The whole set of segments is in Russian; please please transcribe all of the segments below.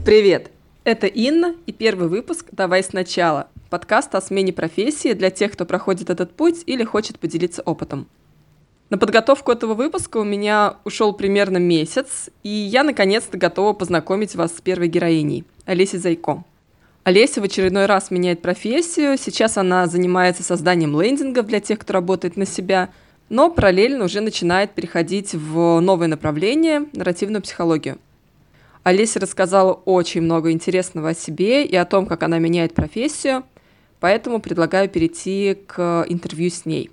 Привет! Это Инна и первый выпуск «Давай сначала» — подкаст о смене профессии для тех, кто проходит этот путь или хочет поделиться опытом. На подготовку этого выпуска у меня ушел примерно месяц, и я наконец-то готова познакомить вас с первой героиней — Олесей Зайко. Олеся в очередной раз меняет профессию, сейчас она занимается созданием лендингов для тех, кто работает на себя, но параллельно уже начинает переходить в новое направление — нарративную психологию. Олеся рассказала очень много интересного о себе и о том, как она меняет профессию, поэтому предлагаю перейти к интервью с ней.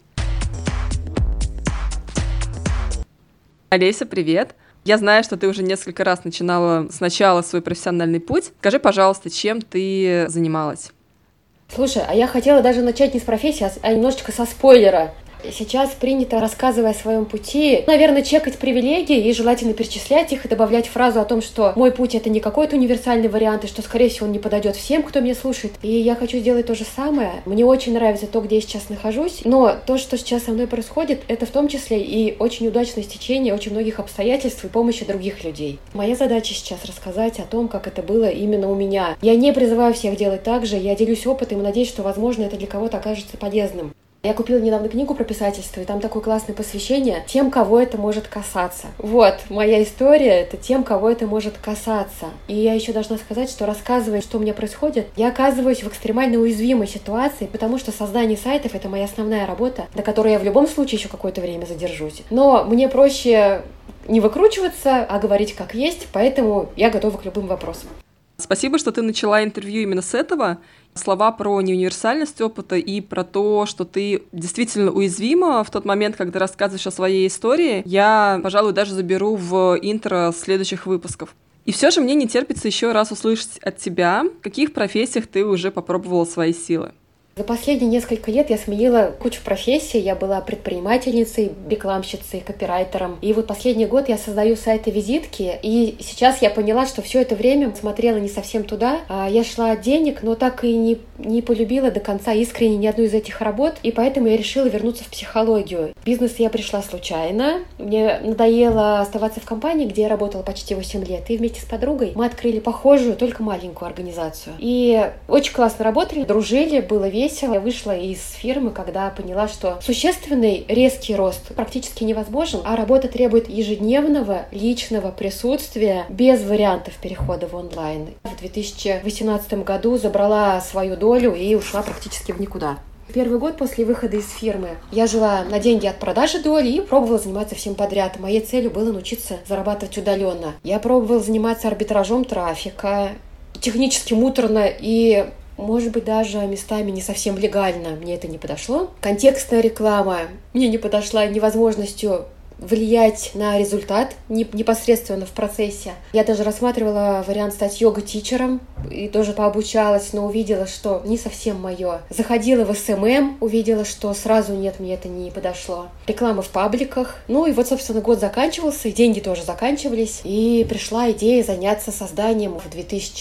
Олеся, привет! Я знаю, что ты уже несколько раз начинала сначала свой профессиональный путь. Скажи, пожалуйста, чем ты занималась? Слушай, а я хотела даже начать не с профессии, а немножечко со спойлера. Сейчас принято, рассказывая о своем пути, наверное, чекать привилегии и желательно перечислять их и добавлять фразу о том, что мой путь — это не какой-то универсальный вариант, и что, скорее всего, он не подойдет всем, кто меня слушает. И я хочу сделать то же самое. Мне очень нравится то, где я сейчас нахожусь, но то, что сейчас со мной происходит, это в том числе и очень удачное стечение очень многих обстоятельств и помощи других людей. Моя задача сейчас рассказать о том, как это было именно у меня. Я не призываю всех делать так же, я делюсь опытом и надеюсь, что, возможно, это для кого-то окажется полезным. Я купила недавно книгу про писательство, и там такое классное посвящение тем, кого это может касаться. Вот, моя история — это тем, кого это может касаться. И я еще должна сказать, что, рассказывая, что у меня происходит, я оказываюсь в экстремально уязвимой ситуации, потому что создание сайтов — это моя основная работа, на которой я в любом случае еще какое-то время задержусь. Но мне проще не выкручиваться, а говорить как есть, поэтому я готова к любым вопросам. Спасибо, что ты начала интервью именно с этого. Слова про неуниверсальность опыта и про то, что ты действительно уязвима в тот момент, когда рассказываешь о своей истории, я, пожалуй, даже заберу в интро следующих выпусков. И все же мне не терпится еще раз услышать от тебя, в каких профессиях ты уже попробовала свои силы. За последние несколько лет я сменила кучу профессий. Я была предпринимательницей, рекламщицей, копирайтером. И вот последний год я создаю сайты-визитки. И сейчас я поняла, что все это время смотрела не совсем туда. Я шла от денег, но так и не полюбила до конца искренне ни одну из этих работ. И поэтому я решила вернуться в психологию. В бизнес я пришла случайно. Мне надоело оставаться в компании, где я работала почти 8 лет. И вместе с подругой мы открыли похожую, только маленькую организацию. И очень классно работали, дружили, было весело. Я вышла из фирмы, когда поняла, что существенный резкий рост практически невозможен, а работа требует ежедневного личного присутствия без вариантов перехода в онлайн. В 2018 году забрала свою долю и ушла практически в никуда. Первый год после выхода из фирмы я жила на деньги от продажи доли и пробовала заниматься всем подряд. Моей целью было научиться зарабатывать удаленно. Я пробовала заниматься арбитражом трафика, технически муторно и, может быть, даже местами не совсем легально. Мне это не подошло. Контекстная реклама мне не подошла невозможностью влиять на результат непосредственно в процессе. Я даже рассматривала вариант стать йога-тичером и тоже пообучалась, но увидела, что не совсем мое. Заходила в СММ, увидела, что сразу нет, мне это не подошло. Реклама в пабликах. Ну и вот, собственно, год заканчивался, и деньги тоже заканчивались. И пришла идея заняться созданием в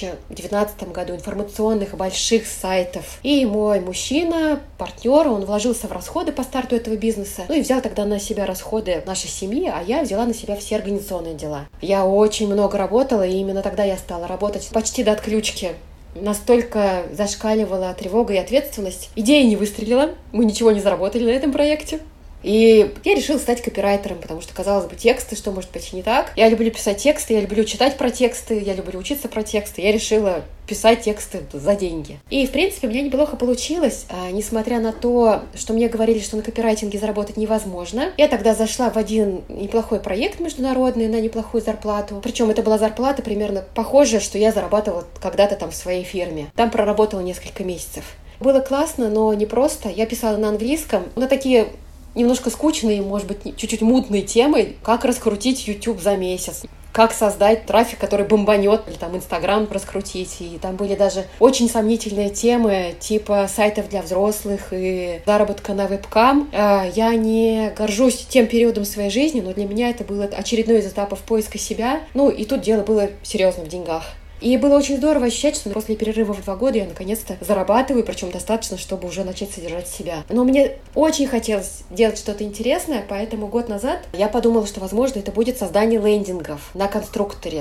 2019 году информационных больших сайтов. И мой мужчина, партнер, он вложился в расходы по старту этого бизнеса. Ну и взял тогда на себя расходы нашей семьи, а я взяла на себя все организационные дела. Я очень много работала, и именно тогда я стала работать почти до отключки. Настолько зашкаливала тревога и ответственность. Идея не выстрелила, мы ничего не заработали на этом проекте. И я решила стать копирайтером, потому что, казалось бы, тексты, что может быть не так. Я люблю писать тексты, я люблю читать про тексты, я люблю учиться про тексты. Я решила писать тексты за деньги. И, в принципе, у меня неплохо получилось, несмотря на то, что мне говорили, что на копирайтинге заработать невозможно. Я тогда зашла в один неплохой проект международный на неплохую зарплату. Причем это была зарплата примерно похожая, что я зарабатывала когда-то там в своей фирме. Там проработала несколько месяцев. Было классно, но непросто. Я писала на английском, на такие немножко скучные, может быть, чуть-чуть мутные темы, как раскрутить YouTube за месяц, как создать трафик, который бомбанет, или там Инстаграм раскрутить. И там были даже очень сомнительные темы, типа сайтов для взрослых и заработка на вебкам. Я не горжусь тем периодом своей жизни, но для меня это было очередной из этапов поиска себя. Ну, и тут дело было серьезно в деньгах. И было очень здорово ощущать, что после перерыва в 2 года я наконец-то зарабатываю, причем достаточно, чтобы уже начать содержать себя. Но мне очень хотелось делать что-то интересное, поэтому год назад я подумала, что, возможно, это будет создание лендингов на конструкторе.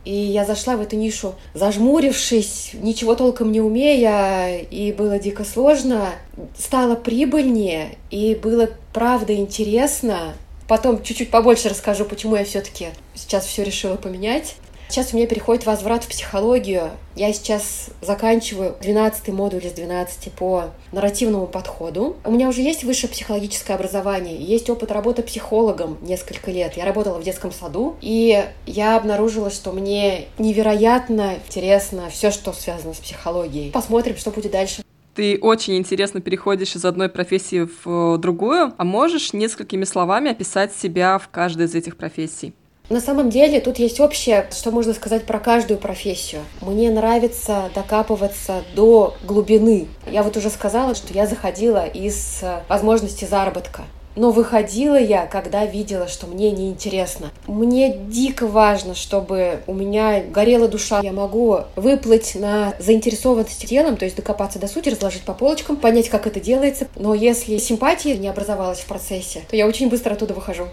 И я зашла в эту нишу, зажмурившись, ничего толком не умея, и было дико сложно. Стало прибыльнее, и было правда интересно. Потом чуть-чуть побольше расскажу, почему я все-таки сейчас все решила поменять. Сейчас у меня переходит возврат в психологию. Я сейчас заканчиваю 12-й модуль из 12 по нарративному подходу. У меня уже есть высшее психологическое образование, есть опыт работы психологом несколько лет. Я работала в детском саду, и я обнаружила, что мне невероятно интересно все, что связано с психологией. Посмотрим, что будет дальше. Ты очень интересно переходишь из одной профессии в другую, а можешь несколькими словами описать себя в каждой из этих профессий? На самом деле тут есть общее, что можно сказать про каждую профессию. Мне нравится докапываться до глубины. Я вот уже сказала, что я заходила из возможности заработка. Но выходила я, когда видела, что мне неинтересно. Мне дико важно, чтобы у меня горела душа. Я могу выплыть на заинтересованность телом, то есть докопаться до сути, разложить по полочкам, понять, как это делается. Но если симпатия не образовалась в процессе, то я очень быстро оттуда выхожу.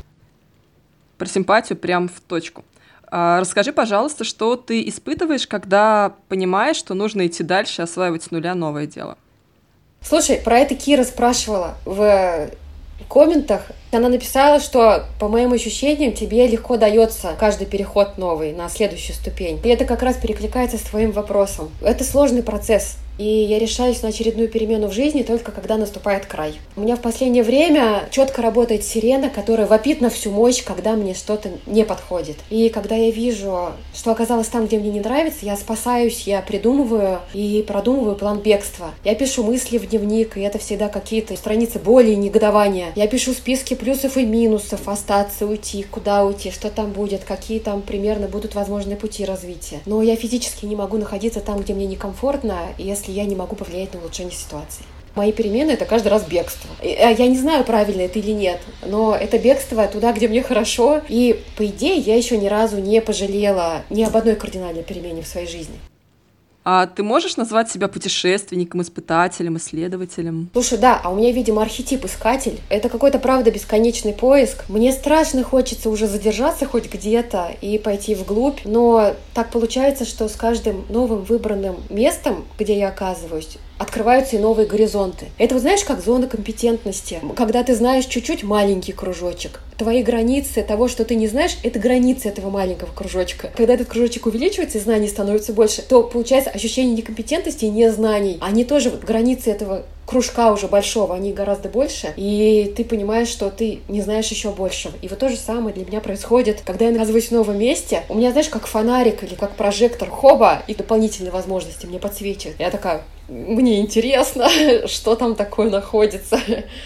Про симпатию прям в точку. Расскажи, пожалуйста, что ты испытываешь, когда понимаешь, что нужно идти дальше, осваивать с нуля новое дело? Слушай, про это Кира спрашивала в комментах. Она написала, что, по моим ощущениям, тебе легко дается каждый переход новый на следующую ступень. И это как раз перекликается с твоим вопросом. Это сложный процесс. И я решаюсь на очередную перемену в жизни только когда наступает край. У меня в последнее время четко работает сирена, которая вопит на всю мощь, когда мне что-то не подходит. И когда я вижу, что оказалось там, где мне не нравится, я спасаюсь, я придумываю и продумываю план бегства. Я пишу мысли в дневник, и это всегда какие-то страницы боли и негодования. Я пишу списки плюсов и минусов, остаться, уйти, куда уйти, что там будет, какие там примерно будут возможные пути развития. Но я физически не могу находиться там, где мне некомфортно, если я не могу повлиять на улучшение ситуации. Мои перемены — это каждый раз бегство. Я не знаю, правильно это или нет, но это бегство туда, где мне хорошо. И, по идее, я еще ни разу не пожалела ни об одной кардинальной перемене в своей жизни. А ты можешь назвать себя путешественником, испытателем, исследователем? Слушай, да, а у меня, видимо, архетип искатель. Это какой-то, правда, бесконечный поиск. Мне страшно хочется уже задержаться хоть где-то и пойти вглубь, но так получается, что с каждым новым выбранным местом, где я оказываюсь, открываются и новые горизонты. Это вот знаешь, как зона компетентности. Когда ты знаешь чуть-чуть маленький кружочек, твои границы того, что ты не знаешь, это границы этого маленького кружочка. Когда этот кружочек увеличивается и знаний становится больше, то получается ощущение некомпетентности и незнаний. Они тоже, вот, границы этого кружка уже большого, они гораздо больше, и ты понимаешь, что ты не знаешь еще большего. И вот то же самое для меня происходит, когда я оказываюсь в новом месте. У меня, знаешь, как фонарик или как прожектор, хоба, и дополнительные возможности мне подсвечивают. Я такая: мне интересно, что там такое находится.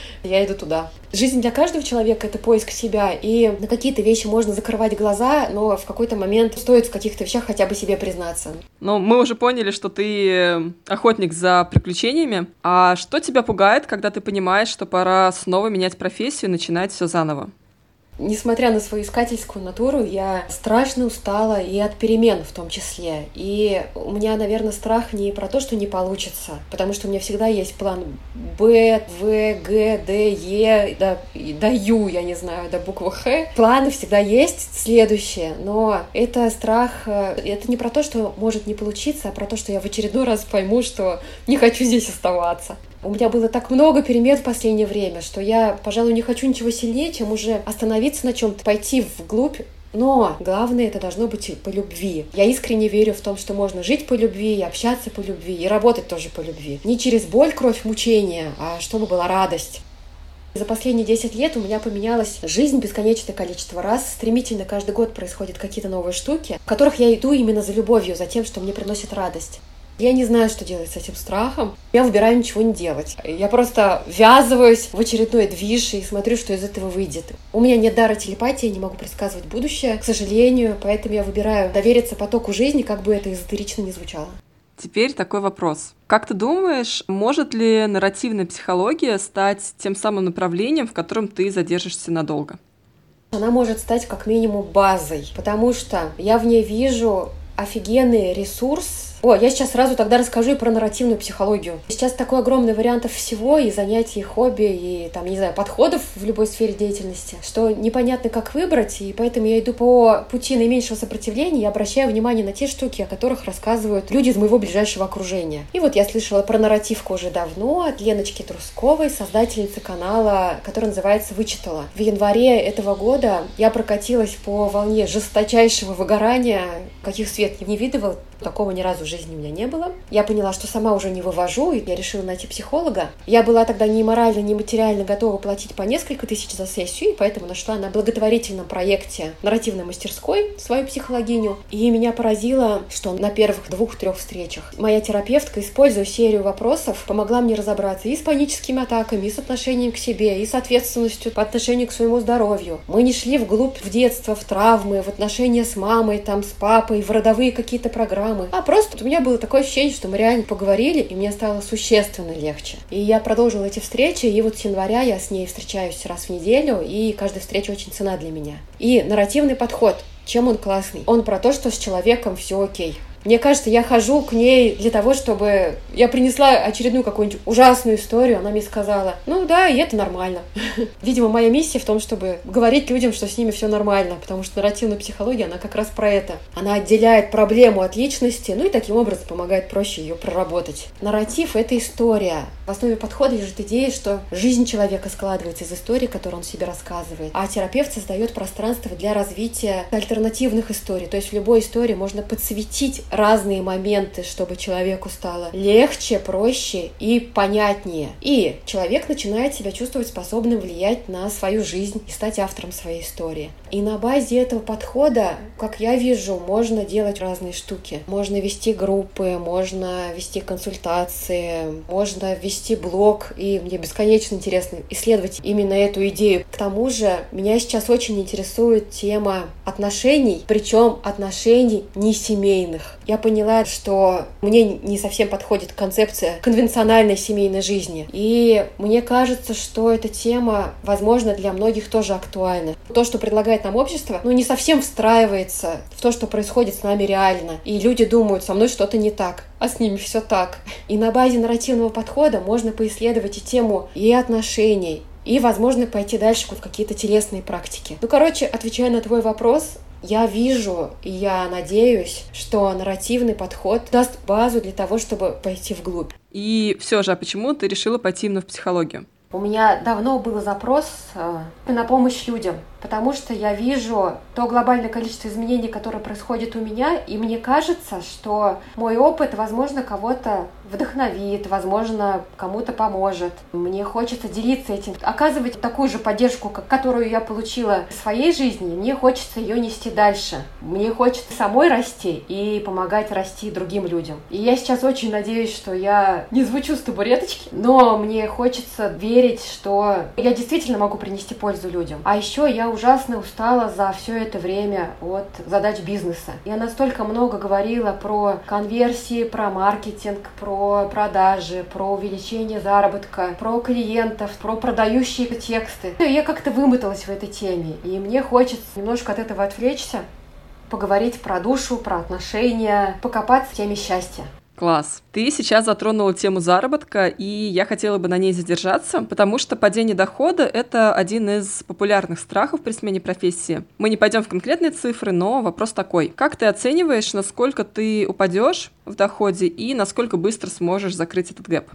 Я иду туда. Жизнь для каждого человека — это поиск себя, и на какие-то вещи можно закрывать глаза, но в какой-то момент стоит в каких-то вещах хотя бы себе признаться. Ну, мы уже поняли, что ты охотник за приключениями. А что тебя пугает, когда ты понимаешь, что пора снова менять профессию и начинать все заново? Несмотря на свою искательскую натуру, я страшно устала и от перемен в том числе. И у меня, наверное, страх не про то, что не получится, потому что у меня всегда есть план Б, В, Г, Д, Е, до Ю, я не знаю, до буквы Х. Планы всегда есть следующие, но это страх, это не про то, что может не получиться, а про то, что я в очередной раз пойму, что не хочу здесь оставаться. У меня было так много перемен в последнее время, что я, пожалуй, не хочу ничего сильнее, чем уже остановиться на чем-то, пойти вглубь. Но главное, это должно быть по любви. Я искренне верю в том, что можно жить по любви, и общаться по любви, и работать тоже по любви. Не через боль, кровь, мучения, а чтобы была радость. За последние 10 лет у меня поменялась жизнь бесконечное количество раз. Стремительно каждый год происходят какие-то новые штуки, в которых я иду именно за любовью, за тем, что мне приносит радость. Я не знаю, что делать с этим страхом. Я выбираю ничего не делать. Я просто ввязываюсь в очередной движ и смотрю, что из этого выйдет. У меня нет дара телепатии, я не могу предсказывать будущее, к сожалению, поэтому я выбираю довериться потоку жизни, как бы это эзотерично ни звучало. Теперь такой вопрос. Как ты думаешь, может ли нарративная психология стать тем самым направлением, в котором ты задержишься надолго? Она может стать как минимум базой, потому что я в ней вижу офигенный ресурс Я сейчас сразу тогда расскажу и про нарративную психологию. Сейчас такой огромный вариантов всего, и занятий, и хобби, и подходов в любой сфере деятельности, что непонятно, как выбрать, и поэтому я иду по пути наименьшего сопротивления и обращаю внимание на те штуки, о которых рассказывают люди из моего ближайшего окружения. И я слышала про нарративку уже давно от Леночки Трусковой, создательницы канала, который называется «Вычитала». В январе этого года я прокатилась по волне жесточайшего выгорания, каких свет не видывал. Такого ни разу в жизни у меня не было. Я поняла, что сама уже не вывожу, и я решила найти психолога. Я была тогда ни морально, ни материально готова платить по несколько тысяч за сессию, и поэтому нашла на благотворительном проекте нарративной мастерской свою психологиню. И меня поразило, что на первых 2-3 встречах моя терапевтка, используя серию вопросов, помогла мне разобраться и с паническими атаками, и с отношением к себе, и с ответственностью по отношению к своему здоровью. Мы не шли вглубь в детство, в травмы, в отношения с мамой, с папой, в родовые какие-то программы. А просто у меня было такое ощущение, что мы реально поговорили, и мне стало существенно легче. И я продолжила эти встречи, и с января я с ней встречаюсь раз в неделю, и каждая встреча очень ценна для меня. И нарративный подход, чем он классный? Он про то, что с человеком все окей. Мне кажется, я хожу к ней для того, чтобы я принесла очередную какую-нибудь ужасную историю, она мне сказала, да, и это нормально. Видимо, моя миссия в том, чтобы говорить людям, что с ними все нормально, потому что нарративная психология, она как раз про это. Она отделяет проблему от личности, и таким образом помогает проще ее проработать. Нарратив — это история. В основе подхода лежит идея, что жизнь человека складывается из истории, которую он себе рассказывает, а терапевт создает пространство для развития альтернативных историй. То есть в любой истории можно подсветить разные моменты, чтобы человеку стало легче, проще и понятнее. И человек начинает себя чувствовать способным влиять на свою жизнь и стать автором своей истории. И на базе этого подхода, как я вижу, можно делать разные штуки. Можно вести группы, можно вести консультации, можно вести блог. И мне бесконечно интересно исследовать именно эту идею. К тому же, меня сейчас очень интересует тема отношений, причем отношений не семейных. Я поняла, что мне не совсем подходит концепция конвенциональной семейной жизни. И мне кажется, что эта тема, возможно, для многих тоже актуальна. То, что предлагает нам общество, не совсем встраивается в то, что происходит с нами реально. И люди думают, со мной что-то не так, а с ними все так. И на базе нарративного подхода можно поисследовать и тему и отношений, и, возможно, пойти дальше в какие-то телесные практики. Отвечая на твой вопрос, я вижу и я надеюсь, что нарративный подход даст базу для того, чтобы пойти вглубь. И все же, а почему ты решила пойти именно в психологию? У меня давно был запрос на помощь людям, потому что я вижу то глобальное количество изменений, которое происходит у меня, и мне кажется, что мой опыт, возможно, кого-то вдохновит, возможно, кому-то поможет. Мне хочется делиться этим, оказывать такую же поддержку, которую я получила в своей жизни, мне хочется ее нести дальше. Мне хочется самой расти и помогать расти другим людям. И я сейчас очень надеюсь, что я не звучу с табуреточки, но мне хочется верить, что я действительно могу принести пользу людям. А еще я ужасно устала за все это время от задач бизнеса. Я настолько много говорила про конверсии, про маркетинг, про продажи, про увеличение заработка, про клиентов, про продающие тексты. Я как-то вымоталась в этой теме, и мне хочется немножко от этого отвлечься, поговорить про душу, про отношения, покопаться в теме счастья. Класс. Ты сейчас затронула тему заработка, и я хотела бы на ней задержаться, потому что падение дохода — это один из популярных страхов при смене профессии. Мы не пойдем в конкретные цифры, но вопрос такой. Как ты оцениваешь, насколько ты упадешь в доходе и насколько быстро сможешь закрыть этот гэп?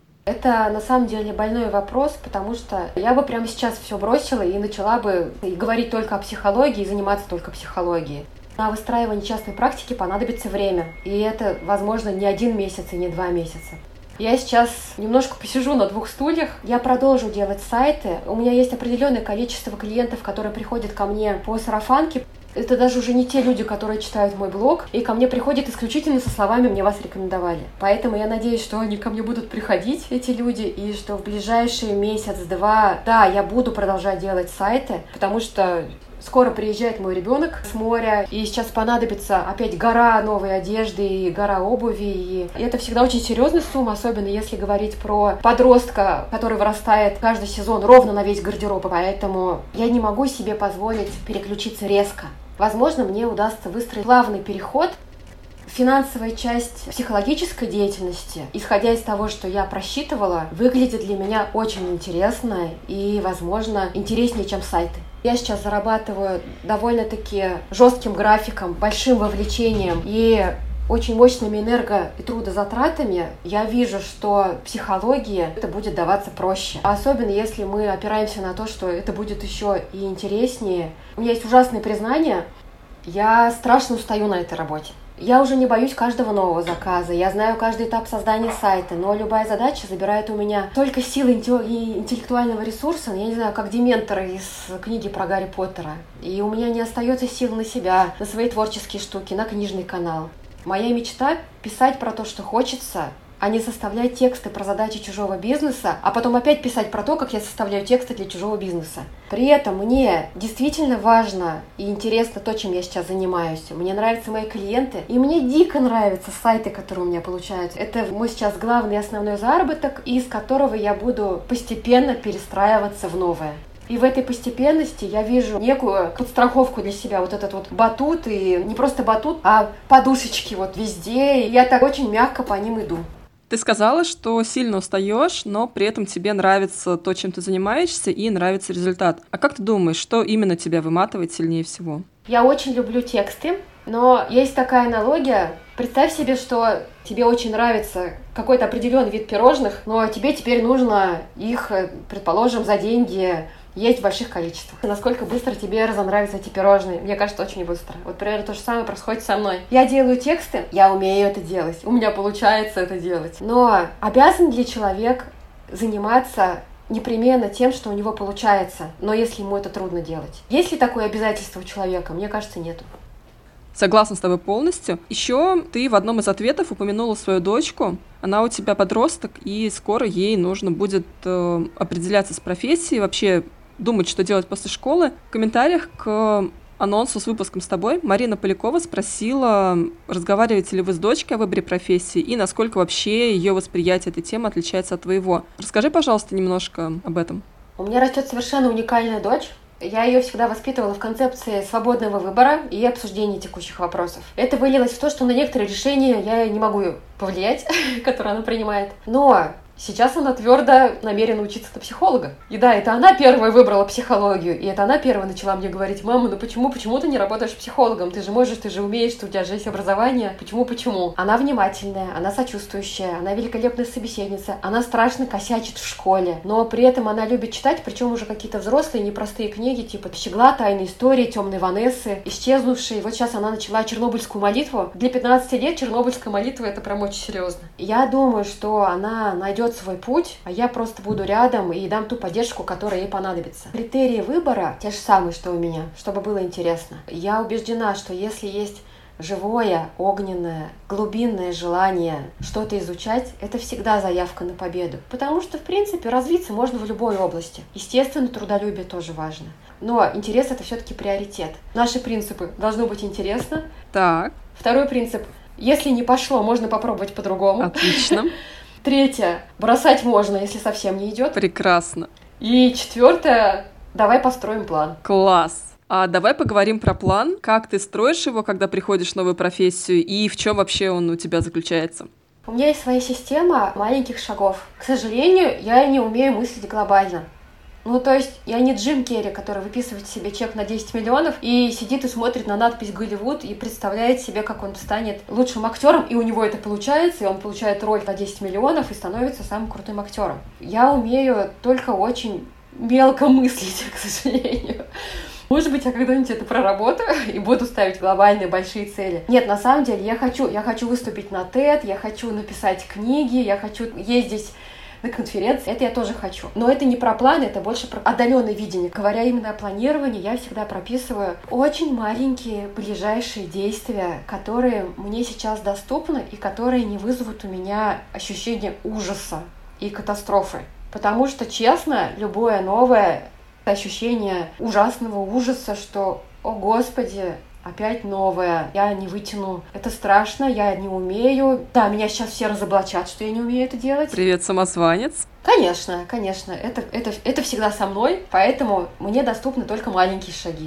Это на самом деле больной вопрос, потому что я бы прямо сейчас все бросила и начала бы говорить только о психологии и заниматься только психологией. На выстраивание частной практики понадобится время, и это, возможно, не 1 месяц и не 2 месяца. Я сейчас немножко посижу на 2 стульях, я продолжу делать сайты. У меня есть определенное количество клиентов, которые приходят ко мне по сарафанке. Это даже уже не те люди, которые читают мой блог, и ко мне приходят исключительно со словами «мне вас рекомендовали». Поэтому я надеюсь, что они ко мне будут приходить, эти люди, и что в ближайшие месяц-два, да, я буду продолжать делать сайты, потому что скоро приезжает мой ребенок с моря, и сейчас понадобится опять гора новой одежды и гора обуви. И это всегда очень серьезная сумма, особенно если говорить про подростка, который вырастает каждый сезон ровно на весь гардероб. Поэтому я не могу себе позволить переключиться резко. Возможно, мне удастся выстроить плавный переход. Финансовая часть психологической деятельности, исходя из того, что я просчитывала, выглядит для меня очень интересно и, возможно, интереснее, чем сайты. Я сейчас зарабатываю довольно-таки жестким графиком, большим вовлечением и очень мощными и трудозатратами. Я вижу, что психологии это будет даваться проще. Особенно если мы опираемся на то, что это будет еще и интереснее. У меня есть ужасное признание. Я страшно устаю на этой работе. Я уже не боюсь каждого нового заказа, я знаю каждый этап создания сайта, но любая задача забирает у меня только силы и интеллектуального ресурса, я не знаю, как дементоры из книги про Гарри Поттера. И у меня не остается сил на себя, на свои творческие штуки, на книжный канал. Моя мечта — писать про то, что хочется, а не составлять тексты про задачи чужого бизнеса, а потом опять писать про то, как я составляю тексты для чужого бизнеса. При этом мне действительно важно и интересно то, чем я сейчас занимаюсь. Мне нравятся мои клиенты, и мне дико нравятся сайты, которые у меня получаются. Это мой сейчас главный и основной заработок, из которого я буду постепенно перестраиваться в новое. И в этой постепенности я вижу некую подстраховку для себя, вот этот вот батут, и не просто батут, а подушечки вот везде, и я так очень мягко по ним иду. Ты сказала, что сильно устаешь, но при этом тебе нравится то, чем ты занимаешься, и нравится результат. А как ты думаешь, что именно тебя выматывает сильнее всего? Я очень люблю тексты, но есть такая аналогия. Представь себе, что тебе очень нравится какой-то определенный вид пирожных, но тебе теперь нужно их, предположим, за деньги есть в больших количествах. Насколько быстро тебе разонравятся эти пирожные? Мне кажется, очень быстро. Вот примерно то же самое происходит со мной. Я делаю тексты, я умею это делать, у меня получается это делать. Но обязан ли человек заниматься непременно тем, что у него получается, но если ему это трудно делать? Есть ли такое обязательство у человека? Мне кажется, нету. Согласна с тобой полностью. Еще ты в одном из ответов упомянула свою дочку. Она у тебя подросток, и скоро ей нужно будет определяться с профессией, вообще думать, что делать после школы. В комментариях к анонсу с выпуском с тобой Марина Полякова спросила, разговариваете ли вы с дочкой о выборе профессии и насколько вообще ее восприятие этой темы отличается от твоего. Расскажи, пожалуйста, немножко об этом. У меня растет совершенно уникальная дочь. Я ее всегда воспитывала в концепции свободного выбора и обсуждения текущих вопросов. Это вылилось в то, что на некоторые решения я не могу повлиять, которые она принимает. Но сейчас она твердо намерена учиться на психолога. И да, это она первая выбрала психологию, и это она первая начала мне говорить: мама, ну почему ты не работаешь психологом? Ты же можешь, ты же умеешь, у тебя же есть образование. Почему? Она внимательная, она сочувствующая, она великолепная собеседница, она страшно косячит в школе, но при этом она любит читать, причем уже какие-то взрослые, непростые книги, типа «Щегла», «Тайные истории», «Темной Ванессы», «Исчезнувшие». Вот сейчас она начала «Чернобыльскую молитву». Для 15 лет «Чернобыльская молитва» — это прям очень серьезно. Я думаю, что она найдет свой путь, а я просто буду рядом и дам ту поддержку, которая ей понадобится. Критерии выбора те же самые, что у меня, чтобы было интересно. Я убеждена, что если есть живое, огненное, глубинное желание что-то изучать, это всегда заявка на победу. Потому что, в принципе, развиться можно в любой области. Естественно, трудолюбие тоже важно. Но интерес — это все-таки приоритет. Наши принципы: должно быть интересно. Так. Второй принцип: если не пошло, можно попробовать по-другому. Отлично. Третье: бросать можно, если совсем не идет. Прекрасно. И четвертое: давай построим план. Класс. А давай поговорим про план. Как ты строишь его, когда приходишь в новую профессию, и в чем вообще он у тебя заключается? У меня есть своя система маленьких шагов. К сожалению, я не умею мыслить глобально. Ну, то есть, я не Джим Керри, который выписывает себе чек на 10 миллионов и сидит и смотрит на надпись «Голливуд» и представляет себе, как он станет лучшим актером, и у него это получается, и он получает роль на 10 миллионов и становится самым крутым актером. Я умею только очень мелко мыслить, к сожалению. Может быть, я когда-нибудь это проработаю и буду ставить глобальные большие цели. Нет, на самом деле, я хочу выступить на TED, я хочу написать книги, я хочу ездить на конференции. Это я тоже хочу. Но это не про планы, это больше про отдаленное видение. Говоря именно о планировании, я всегда прописываю очень маленькие ближайшие действия, которые мне сейчас доступны и которые не вызовут у меня ощущение ужаса и катастрофы. Потому что, честно, любое новое ощущение ужасного ужаса, что «О, Господи, опять новое, я не вытяну, это страшно, я не умею». Да, меня сейчас все разоблачат, что я не умею это делать. Привет, самозванец. Конечно, это всегда со мной, поэтому мне доступны только маленькие шаги.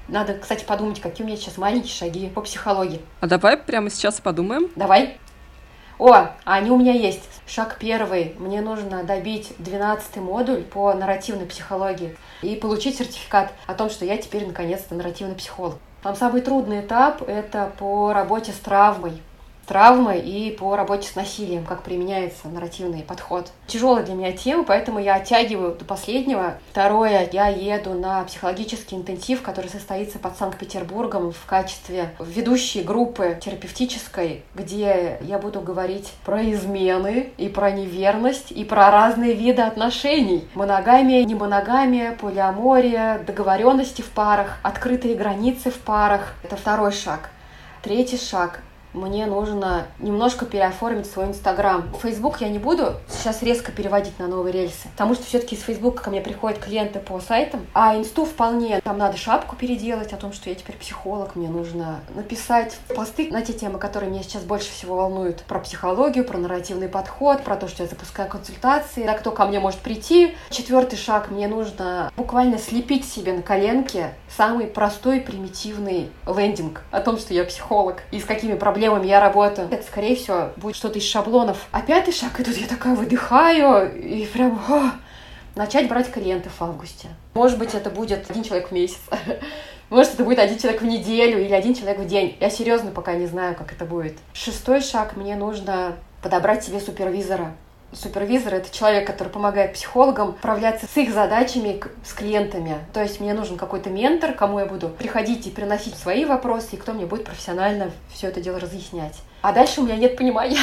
Надо, кстати, подумать, какие у меня сейчас маленькие шаги по психологии. А давай прямо сейчас подумаем. Давай. О, они у меня есть. Шаг первый. Мне нужно добить 12-й модуль по нарративной психологии и получить сертификат о том, что я теперь наконец-то нарративный психолог. Там самый трудный этап — это по работе с травмой и по работе с насилием, как применяется нарративный подход. Тяжелая для меня тема, поэтому я оттягиваю до последнего. Второе, я еду на психологический интенсив, который состоится под Санкт-Петербургом в качестве ведущей группы терапевтической, где я буду говорить про измены и про неверность и про разные виды отношений. Моногамия, немоногамия, полиамория, договоренности в парах, открытые границы в парах. Это второй шаг. Третий шаг. Мне нужно немножко переоформить свой Инстаграм. Фейсбук я не буду сейчас резко переводить на новые рельсы, потому что все-таки из Фейсбука ко мне приходят клиенты по сайтам, а Инсту вполне. Там надо шапку переделать о том, что я теперь психолог, мне нужно написать посты на те темы, которые меня сейчас больше всего волнуют. Про психологию, про нарративный подход, про то, что я запускаю консультации, да, кто ко мне может прийти. Четвертый шаг. Мне нужно буквально слепить себе на коленке самый простой, примитивный лендинг о том, что я психолог и с какими проблемами я работаю. Это, скорее всего, будет что-то из шаблонов. А пятый шаг, и тут я такая выдыхаю, и прям начать брать клиентов в августе. Может быть, это будет 1 человек в месяц. Может, это будет 1 человек в неделю или 1 человек в день. Я серьезно пока не знаю, как это будет. Шестой шаг, мне нужно подобрать себе супервизора. Супервизор — это человек, который помогает психологам справляться с их задачами с клиентами. То есть мне нужен какой-то ментор, кому я буду приходить и приносить свои вопросы, и кто мне будет профессионально все это дело разъяснять. А дальше у меня нет понимания.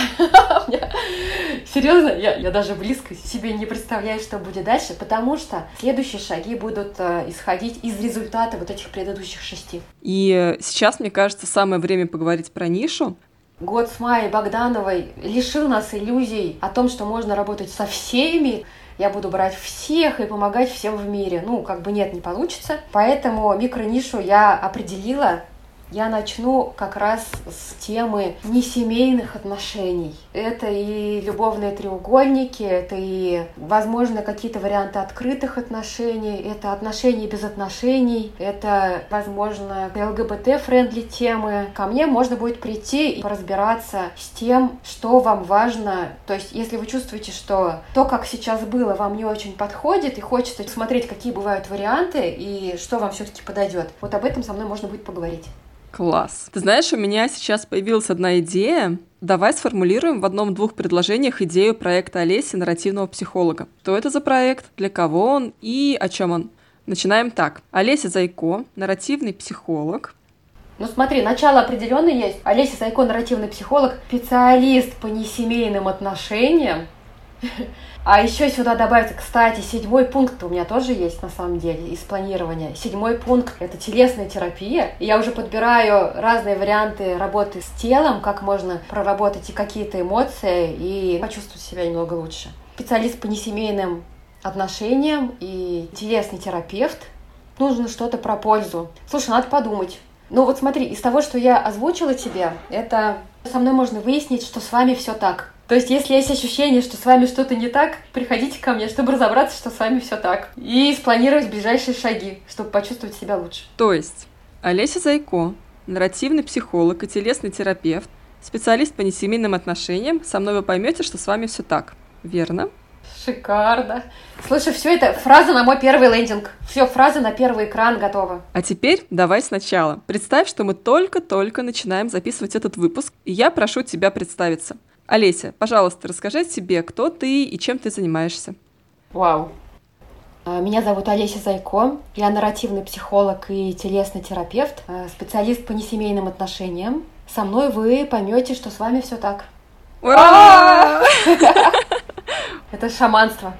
Серьезно, я даже близко себе не представляю, что будет дальше, потому что следующие шаги будут исходить из результата вот этих предыдущих 6. И сейчас, мне кажется, самое время поговорить про нишу. Год с Майей Богдановой лишил нас иллюзий о том, что можно работать со всеми. Я буду брать всех и помогать всем в мире. Как бы нет, не получится. Поэтому микронишу я определила. Я начну как раз с темы несемейных отношений. Это и любовные треугольники, это и, возможно, какие-то варианты открытых отношений, это отношения без отношений, это, возможно, ЛГБТ-френдли темы. Ко мне можно будет прийти и поразбираться с тем, что вам важно. То есть, если вы чувствуете, что то, как сейчас было, вам не очень подходит, и хочется смотреть, какие бывают варианты, и что вам все-таки подойдет, вот об этом со мной можно будет поговорить. Класс. Ты знаешь, у меня сейчас появилась одна идея. Давай сформулируем в 1-2 предложениях идею проекта Олеси «Нарративного психолога». Что это за проект, для кого он и о чем он? Начинаем так. Олеся Зайко, нарративный психолог. Смотри, начало определенное есть. Олеся Зайко, нарративный психолог, специалист по несемейным отношениям. А еще сюда добавится, кстати, 7-й пункт у меня тоже есть, на самом деле, из планирования. 7-й пункт — это телесная терапия. И я уже подбираю разные варианты работы с телом, как можно проработать и какие-то эмоции, и почувствовать себя немного лучше. Специалист по несемейным отношениям и телесный терапевт. Нужно что-то про пользу. Слушай, надо подумать. Смотри, из того, что я озвучила тебе, это со мной можно выяснить, что с вами все так. То есть, если есть ощущение, что с вами что-то не так, приходите ко мне, чтобы разобраться, что с вами все так. И спланировать ближайшие шаги, чтобы почувствовать себя лучше. То есть, Олеся Зайко, нарративный психолог и телесный терапевт, специалист по несемейным отношениям, со мной вы поймете, что с вами все так. Верно? Шикарно. Слушай, все это фраза на мой первый лендинг. Все, фраза на первый экран готова. А теперь давай сначала. Представь, что мы только-только начинаем записывать этот выпуск, и я прошу тебя представиться. Олеся, пожалуйста, расскажи о себе, кто ты и чем ты занимаешься. Вау. Меня зовут Олеся Зайко. Я нарративный психолог и телесный терапевт, специалист по несемейным отношениям. Со мной вы поймете, что с вами все так. Ура! Это шаманство.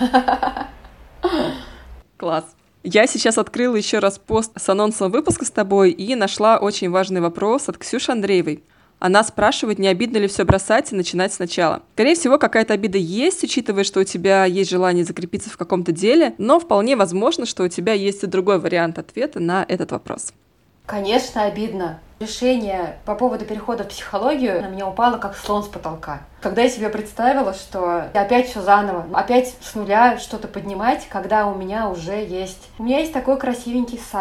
Класс. Я сейчас открыла еще раз пост с анонсом выпуска с тобой и нашла очень важный вопрос от Ксюши Андреевой. Она спрашивает, не обидно ли все бросать и начинать сначала. Скорее всего, какая-то обида есть, учитывая, что у тебя есть желание закрепиться в каком-то деле, но вполне возможно, что у тебя есть и другой вариант ответа на этот вопрос. Конечно, обидно. Решение по поводу перехода в психологию на меня упало как слон с потолка. Когда я себе представила, что опять все заново, опять с нуля что-то поднимать, когда у меня уже есть... У меня есть такой красивенький сайт,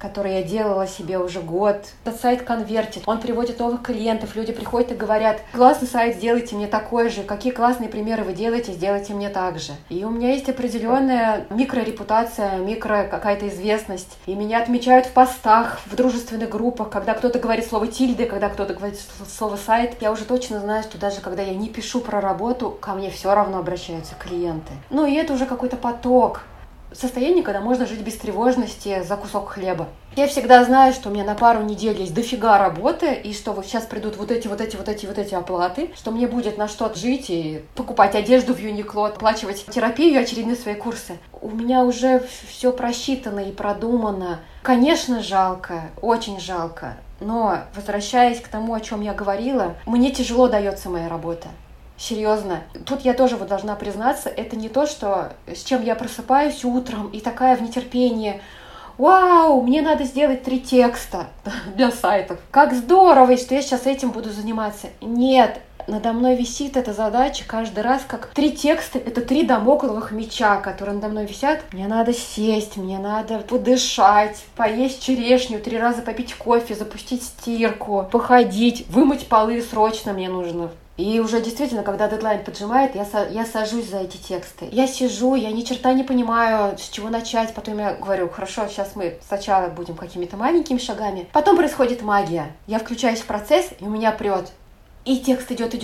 который я делала себе уже год. Этот сайт конвертит, он приводит новых клиентов, люди приходят и говорят: классный сайт, сделайте мне такой же, какие классные примеры вы делаете, сделайте мне так же. И у меня есть определенная микрорепутация, какая-то известность, и меня отмечают в постах, в дружественных группах, когда кто-то говорит слово тильды, когда кто-то говорит слово сайт. Я уже точно знаю, что даже когда я не пишу про работу, ко мне все равно обращаются клиенты. Ну и это уже какой-то поток. Состояние, когда можно жить без тревожности за кусок хлеба. Я всегда знаю, что у меня на пару недель есть дофига работы, и что вот сейчас придут вот эти оплаты, что мне будет на что жить и покупать одежду в Юникло, оплачивать терапию и очередные свои курсы. У меня уже все просчитано и продумано. Конечно, жалко, очень жалко. Но, возвращаясь к тому, о чем я говорила, мне тяжело дается моя работа. Серьезно. Тут я тоже должна признаться, это не то, с чем я просыпаюсь утром и такая в нетерпении: вау, мне надо сделать 3 текста для сайтов. Как здорово, что я сейчас этим буду заниматься. Нет, надо мной висит эта задача каждый раз, как 3 текста, это 3 дамокловых меча, которые надо мной висят. Мне надо сесть, мне надо подышать, поесть черешню, 3 раза попить кофе, запустить стирку, походить, вымыть полы срочно мне нужно. И уже действительно, когда дедлайн поджимает, я сажусь за эти тексты. Я сижу, я ни черта не понимаю, с чего начать. Потом я говорю: хорошо, сейчас мы сначала будем какими-то маленькими шагами. Потом происходит магия. Я включаюсь в процесс, и у меня прет. И текст идет.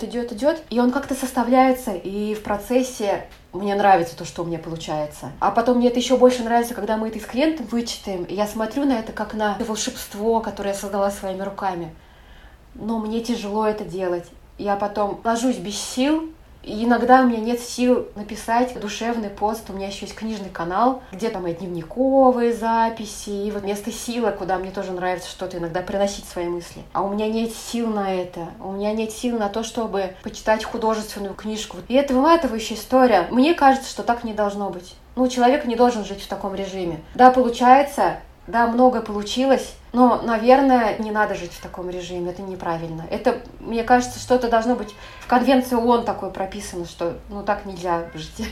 И он как-то составляется, и в процессе мне нравится то, что у меня получается. А потом мне это еще больше нравится, когда мы это с клиентом вычитаем. И я смотрю на это как на волшебство, которое я создала своими руками. Но мне тяжело это делать. Я потом ложусь без сил, и иногда у меня нет сил написать душевный пост. У меня еще есть книжный канал, где там и дневниковые записи, и вот место силы, куда мне тоже нравится что-то иногда приносить свои мысли. А у меня нет сил на это. У меня нет сил на то, чтобы почитать художественную книжку. И это выматывающая история. Мне кажется, что так не должно быть. Человек не должен жить в таком режиме. Да, получается, да, много получилось, но, наверное, не надо жить в таком режиме, это неправильно. Это, мне кажется, что-то должно быть в Конвенции ООН такое прописано, что так нельзя жить.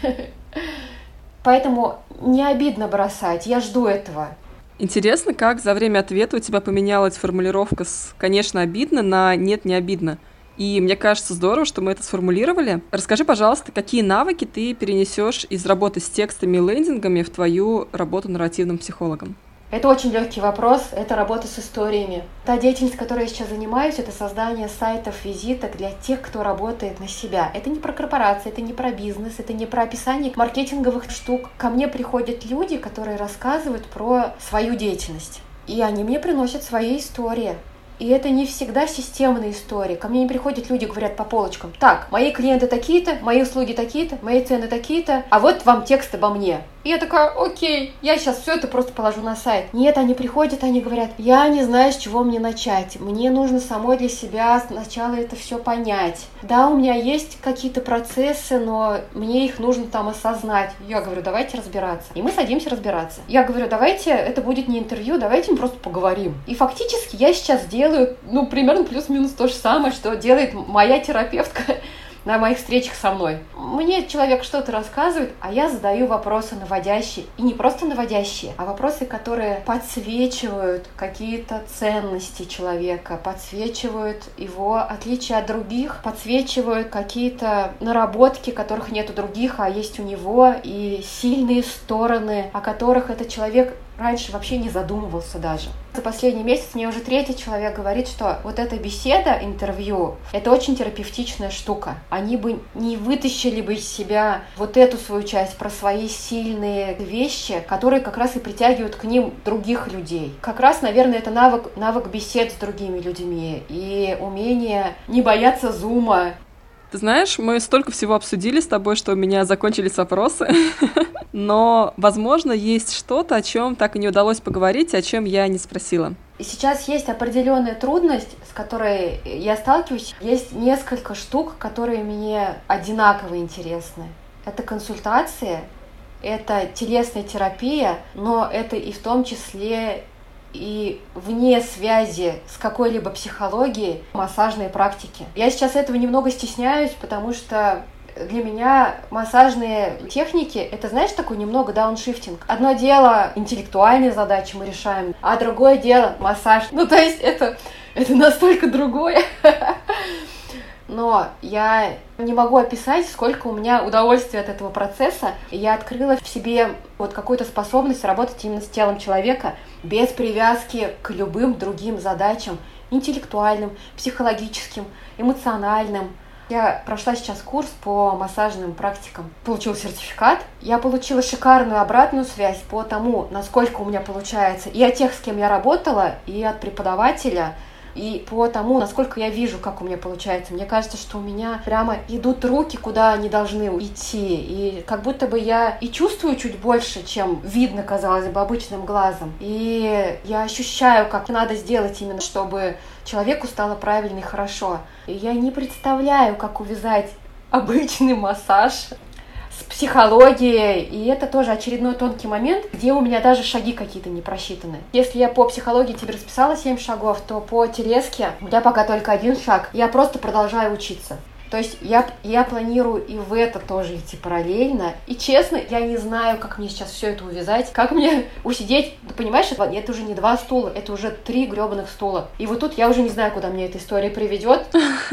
Поэтому не обидно бросать, я жду этого. Интересно, как за время ответа у тебя поменялась формулировка с «конечно, обидно» на «нет, не обидно». И мне кажется, здорово, что мы это сформулировали. Расскажи, пожалуйста, какие навыки ты перенесешь из работы с текстами и лендингами в твою работу нарративным психологом? Это очень легкий вопрос, это работа с историями. Та деятельность, которой я сейчас занимаюсь, это создание сайтов, визиток для тех, кто работает на себя. Это не про корпорации, это не про бизнес, это не про описание маркетинговых штук. Ко мне приходят люди, которые рассказывают про свою деятельность. И они мне приносят свои истории. И это не всегда системные истории. Ко мне не приходят люди, говорят по полочкам: так, мои клиенты такие-то, мои услуги такие-то, мои цены такие-то, а вот вам текст обо мне. И я такая: окей, я сейчас все это просто положу на сайт. Нет, они приходят, они говорят: я не знаю, с чего мне начать. Мне нужно самой для себя сначала это все понять. Да, у меня есть какие-то процессы, но мне их нужно там осознать. Я говорю: давайте разбираться. И мы садимся разбираться. Я говорю: давайте, это будет не интервью, давайте мы просто поговорим. И фактически я сейчас делаю, примерно плюс-минус то же самое, что делает моя терапевтка на моих встречах со мной. Мне человек что-то рассказывает, а я задаю вопросы наводящие. И не просто наводящие, а вопросы, которые подсвечивают какие-то ценности человека, подсвечивают его отличия от других, подсвечивают какие-то наработки, которых нет у других, а есть у него, и сильные стороны, о которых этот человек раньше вообще не задумывался даже. За последний месяц мне уже 3-й человек говорит, что вот эта беседа, интервью, это очень терапевтичная штука. Они бы не вытащили бы из себя вот эту свою часть про свои сильные вещи, которые как раз и притягивают к ним других людей. Как раз, наверное, это навык бесед с другими людьми и умение не бояться зума. Ты знаешь, мы столько всего обсудили с тобой, что у меня закончились вопросы, но, возможно, есть что-то, о чем так и не удалось поговорить, о чем я не спросила. И сейчас есть определенная трудность, с которой я сталкиваюсь. Есть несколько штук, которые мне одинаково интересны. Это консультации, это телесная терапия, но это и в том числе и вне связи с какой-либо психологией массажные практики. Я сейчас этого немного стесняюсь, потому что для меня массажные техники — это, знаешь, такой немного дауншифтинг. Одно дело интеллектуальные задачи мы решаем, а другое дело массаж. То есть это настолько другое. Но я не могу описать, сколько у меня удовольствия от этого процесса. Я открыла в себе какую-то способность работать именно с телом человека без привязки к любым другим задачам, интеллектуальным, психологическим, эмоциональным. Я прошла сейчас курс по массажным практикам, получила сертификат. Я получила шикарную обратную связь по тому, насколько у меня получается, и от тех, с кем я работала, и от преподавателя, и по тому, насколько я вижу, как у меня получается. Мне кажется, что у меня прямо идут руки, куда они должны идти. И как будто бы я и чувствую чуть больше, чем видно, казалось бы, обычным глазом. И я ощущаю, как надо сделать именно, чтобы человеку стало правильно и хорошо. И я не представляю, как увязать обычный массаж с психологией, и это тоже очередной тонкий момент, где у меня даже шаги какие-то не просчитаны. Если я по психологии тебе расписала 7 шагов, то по телеске у меня пока только 1 шаг. Я просто продолжаю учиться. То есть я планирую и в это тоже идти параллельно. И честно, я не знаю, как мне сейчас все это увязать, как мне усидеть. Ты понимаешь, это уже не 2 стула, это уже 3 гребаных стула. И вот тут я уже не знаю, куда мне эта история приведет.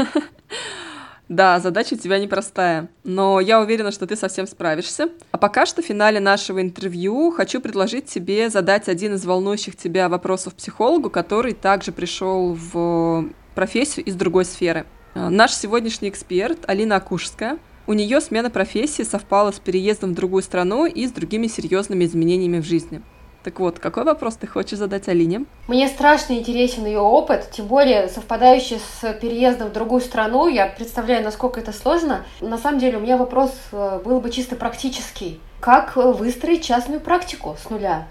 Да, задача у тебя непростая, но я уверена, что ты совсем справишься. А пока что в финале нашего интервью хочу предложить тебе задать один из волнующих тебя вопросов психологу, который также пришел в профессию из другой сферы. Наш сегодняшний эксперт Алина Акушская. У нее смена профессии совпала с переездом в другую страну и с другими серьезными изменениями в жизни. Так вот, какой вопрос ты хочешь задать Алине? Мне страшно интересен ее опыт, тем более совпадающий с переездом в другую страну. Я представляю, насколько это сложно. На самом деле у меня вопрос был бы чисто практический. Как выстроить частную практику с нуля?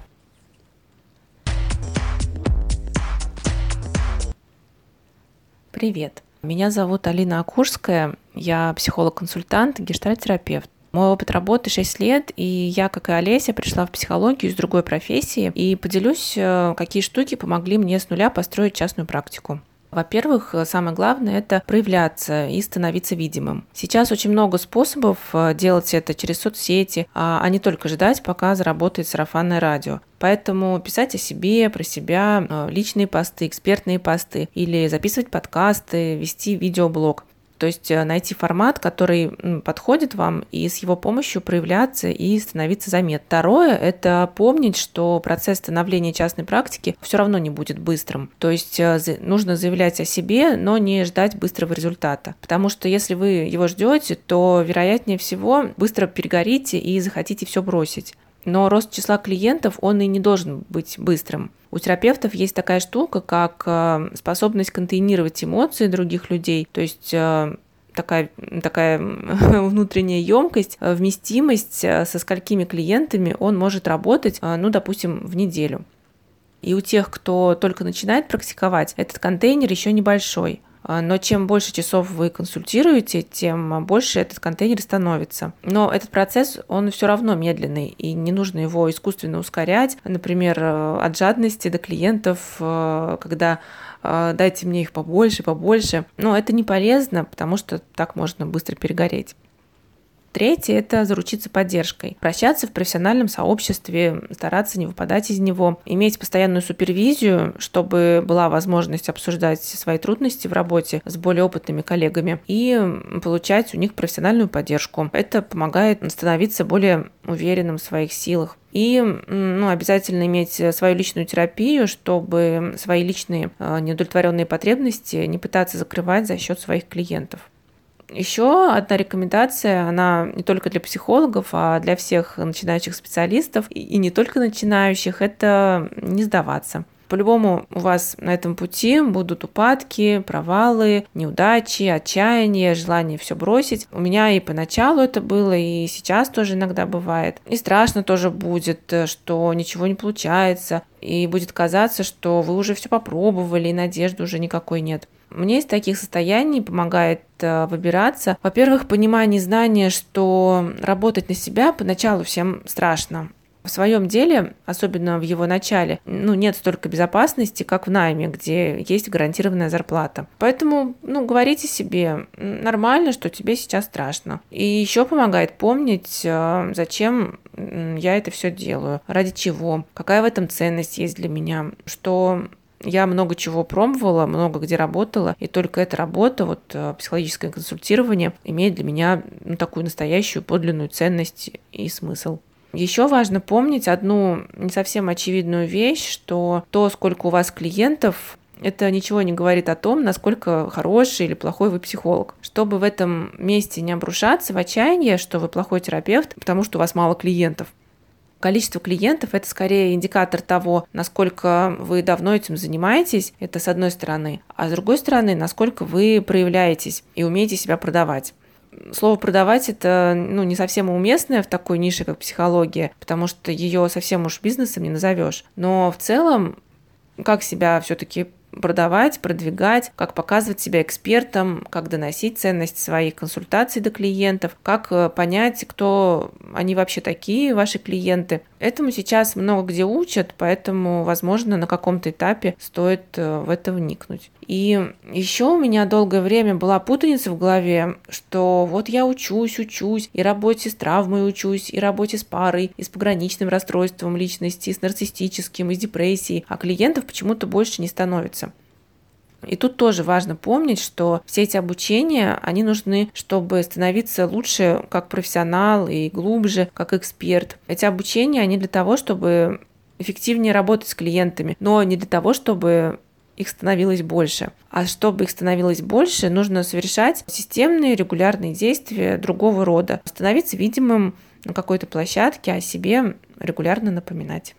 Привет. Меня зовут Алина Акушская. Я психолог-консультант, гештальт-терапевт. Мой опыт работы 6 лет, и я, как и Олеся, пришла в психологию из другой профессии и поделюсь, какие штуки помогли мне с нуля построить частную практику. Во-первых, самое главное — это проявляться и становиться видимым. Сейчас очень много способов делать это через соцсети, а не только ждать, пока заработает сарафанное радио. Поэтому писать о себе, про себя, личные посты, экспертные посты или записывать подкасты, вести видеоблог. То есть найти формат, который подходит вам, и с его помощью проявляться и становиться заметным. Второе — это помнить, что процесс становления частной практики все равно не будет быстрым. То есть нужно заявлять о себе, но не ждать быстрого результата. Потому что если вы его ждете, то, вероятнее всего, быстро перегорите и захотите все бросить. Но рост числа клиентов, он и не должен быть быстрым. У терапевтов есть такая штука, как способность контейнировать эмоции других людей, то есть такая внутренняя емкость, вместимость, со сколькими клиентами он может работать, допустим, в неделю. И у тех, кто только начинает практиковать, этот контейнер еще небольшой. Но чем больше часов вы консультируете, тем больше этот контейнер становится. Но этот процесс, он все равно медленный, и не нужно его искусственно ускорять. Например, от жадности до клиентов, когда дайте мне их побольше. Но это не полезно, потому что так можно быстро перегореть. Третье — это заручиться поддержкой. Вращаться в профессиональном сообществе, стараться не выпадать из него, иметь постоянную супервизию, чтобы была возможность обсуждать свои трудности в работе с более опытными коллегами и получать у них профессиональную поддержку. Это помогает становиться более уверенным в своих силах. И обязательно иметь свою личную терапию, чтобы свои личные неудовлетворенные потребности не пытаться закрывать за счет своих клиентов. Еще одна рекомендация, она не только для психологов, а для всех начинающих специалистов, и не только начинающих, это не сдаваться. По-любому у вас на этом пути будут упадки, провалы, неудачи, отчаяние, желание все бросить. У меня и поначалу это было, и сейчас тоже иногда бывает. И страшно тоже будет, что ничего не получается, и будет казаться, что вы уже все попробовали, и надежды уже никакой нет. Мне из таких состояний помогает выбираться. Во-первых, понимание и знание, что работать на себя поначалу всем страшно. В своем деле, особенно в его начале, нет столько безопасности, как в найме, где есть гарантированная зарплата. Поэтому, говорите себе, нормально, что тебе сейчас страшно. И еще помогает помнить, зачем я это все делаю, ради чего, какая в этом ценность есть для меня, что я много чего пробовала, много где работала, и только эта работа, психологическое консультирование, имеет для меня такую настоящую подлинную ценность и смысл. Еще важно помнить одну не совсем очевидную вещь, что то, сколько у вас клиентов, это ничего не говорит о том, насколько хороший или плохой вы психолог. Чтобы в этом месте не обрушаться в отчаяние, что вы плохой терапевт, потому что у вас мало клиентов. Количество клиентов – это скорее индикатор того, насколько вы давно этим занимаетесь, это с одной стороны, а с другой стороны, насколько вы проявляетесь и умеете себя продавать. Слово «продавать» — это не совсем уместное в такой нише, как психология, потому что ее совсем уж бизнесом не назовешь. Но в целом, как себя все-таки продавать, продвигать, как показывать себя экспертом, как доносить ценность своих консультаций до клиентов, как понять, кто они вообще такие, ваши клиенты. Этому сейчас много где учат, поэтому, возможно, на каком-то этапе стоит в это вникнуть. И еще у меня долгое время была путаница в голове, что я учусь, и работе с травмой учусь, и работе с парой, и с пограничным расстройством личности, и с нарциссическим, и с депрессией, а клиентов почему-то больше не становится. И тут тоже важно помнить, что все эти обучения, они нужны, чтобы становиться лучше как профессионал и глубже как эксперт. Эти обучения, они для того, чтобы эффективнее работать с клиентами, но не для того, чтобы их становилось больше. А чтобы их становилось больше, нужно совершать системные регулярные действия другого рода, становиться видимым на какой-то площадке, о себе регулярно напоминать.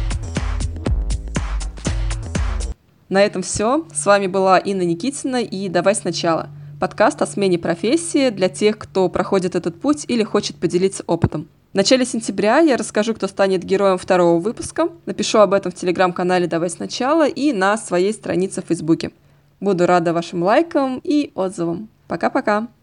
На этом все. С вами была Инна Никитина и «Давай сначала». Подкаст о смене профессии для тех, кто проходит этот путь или хочет поделиться опытом. В начале сентября я расскажу, кто станет героем второго выпуска. Напишу об этом в телеграм-канале «Давай сначала» и на своей странице в Фейсбуке. Буду рада вашим лайкам и отзывам. Пока-пока!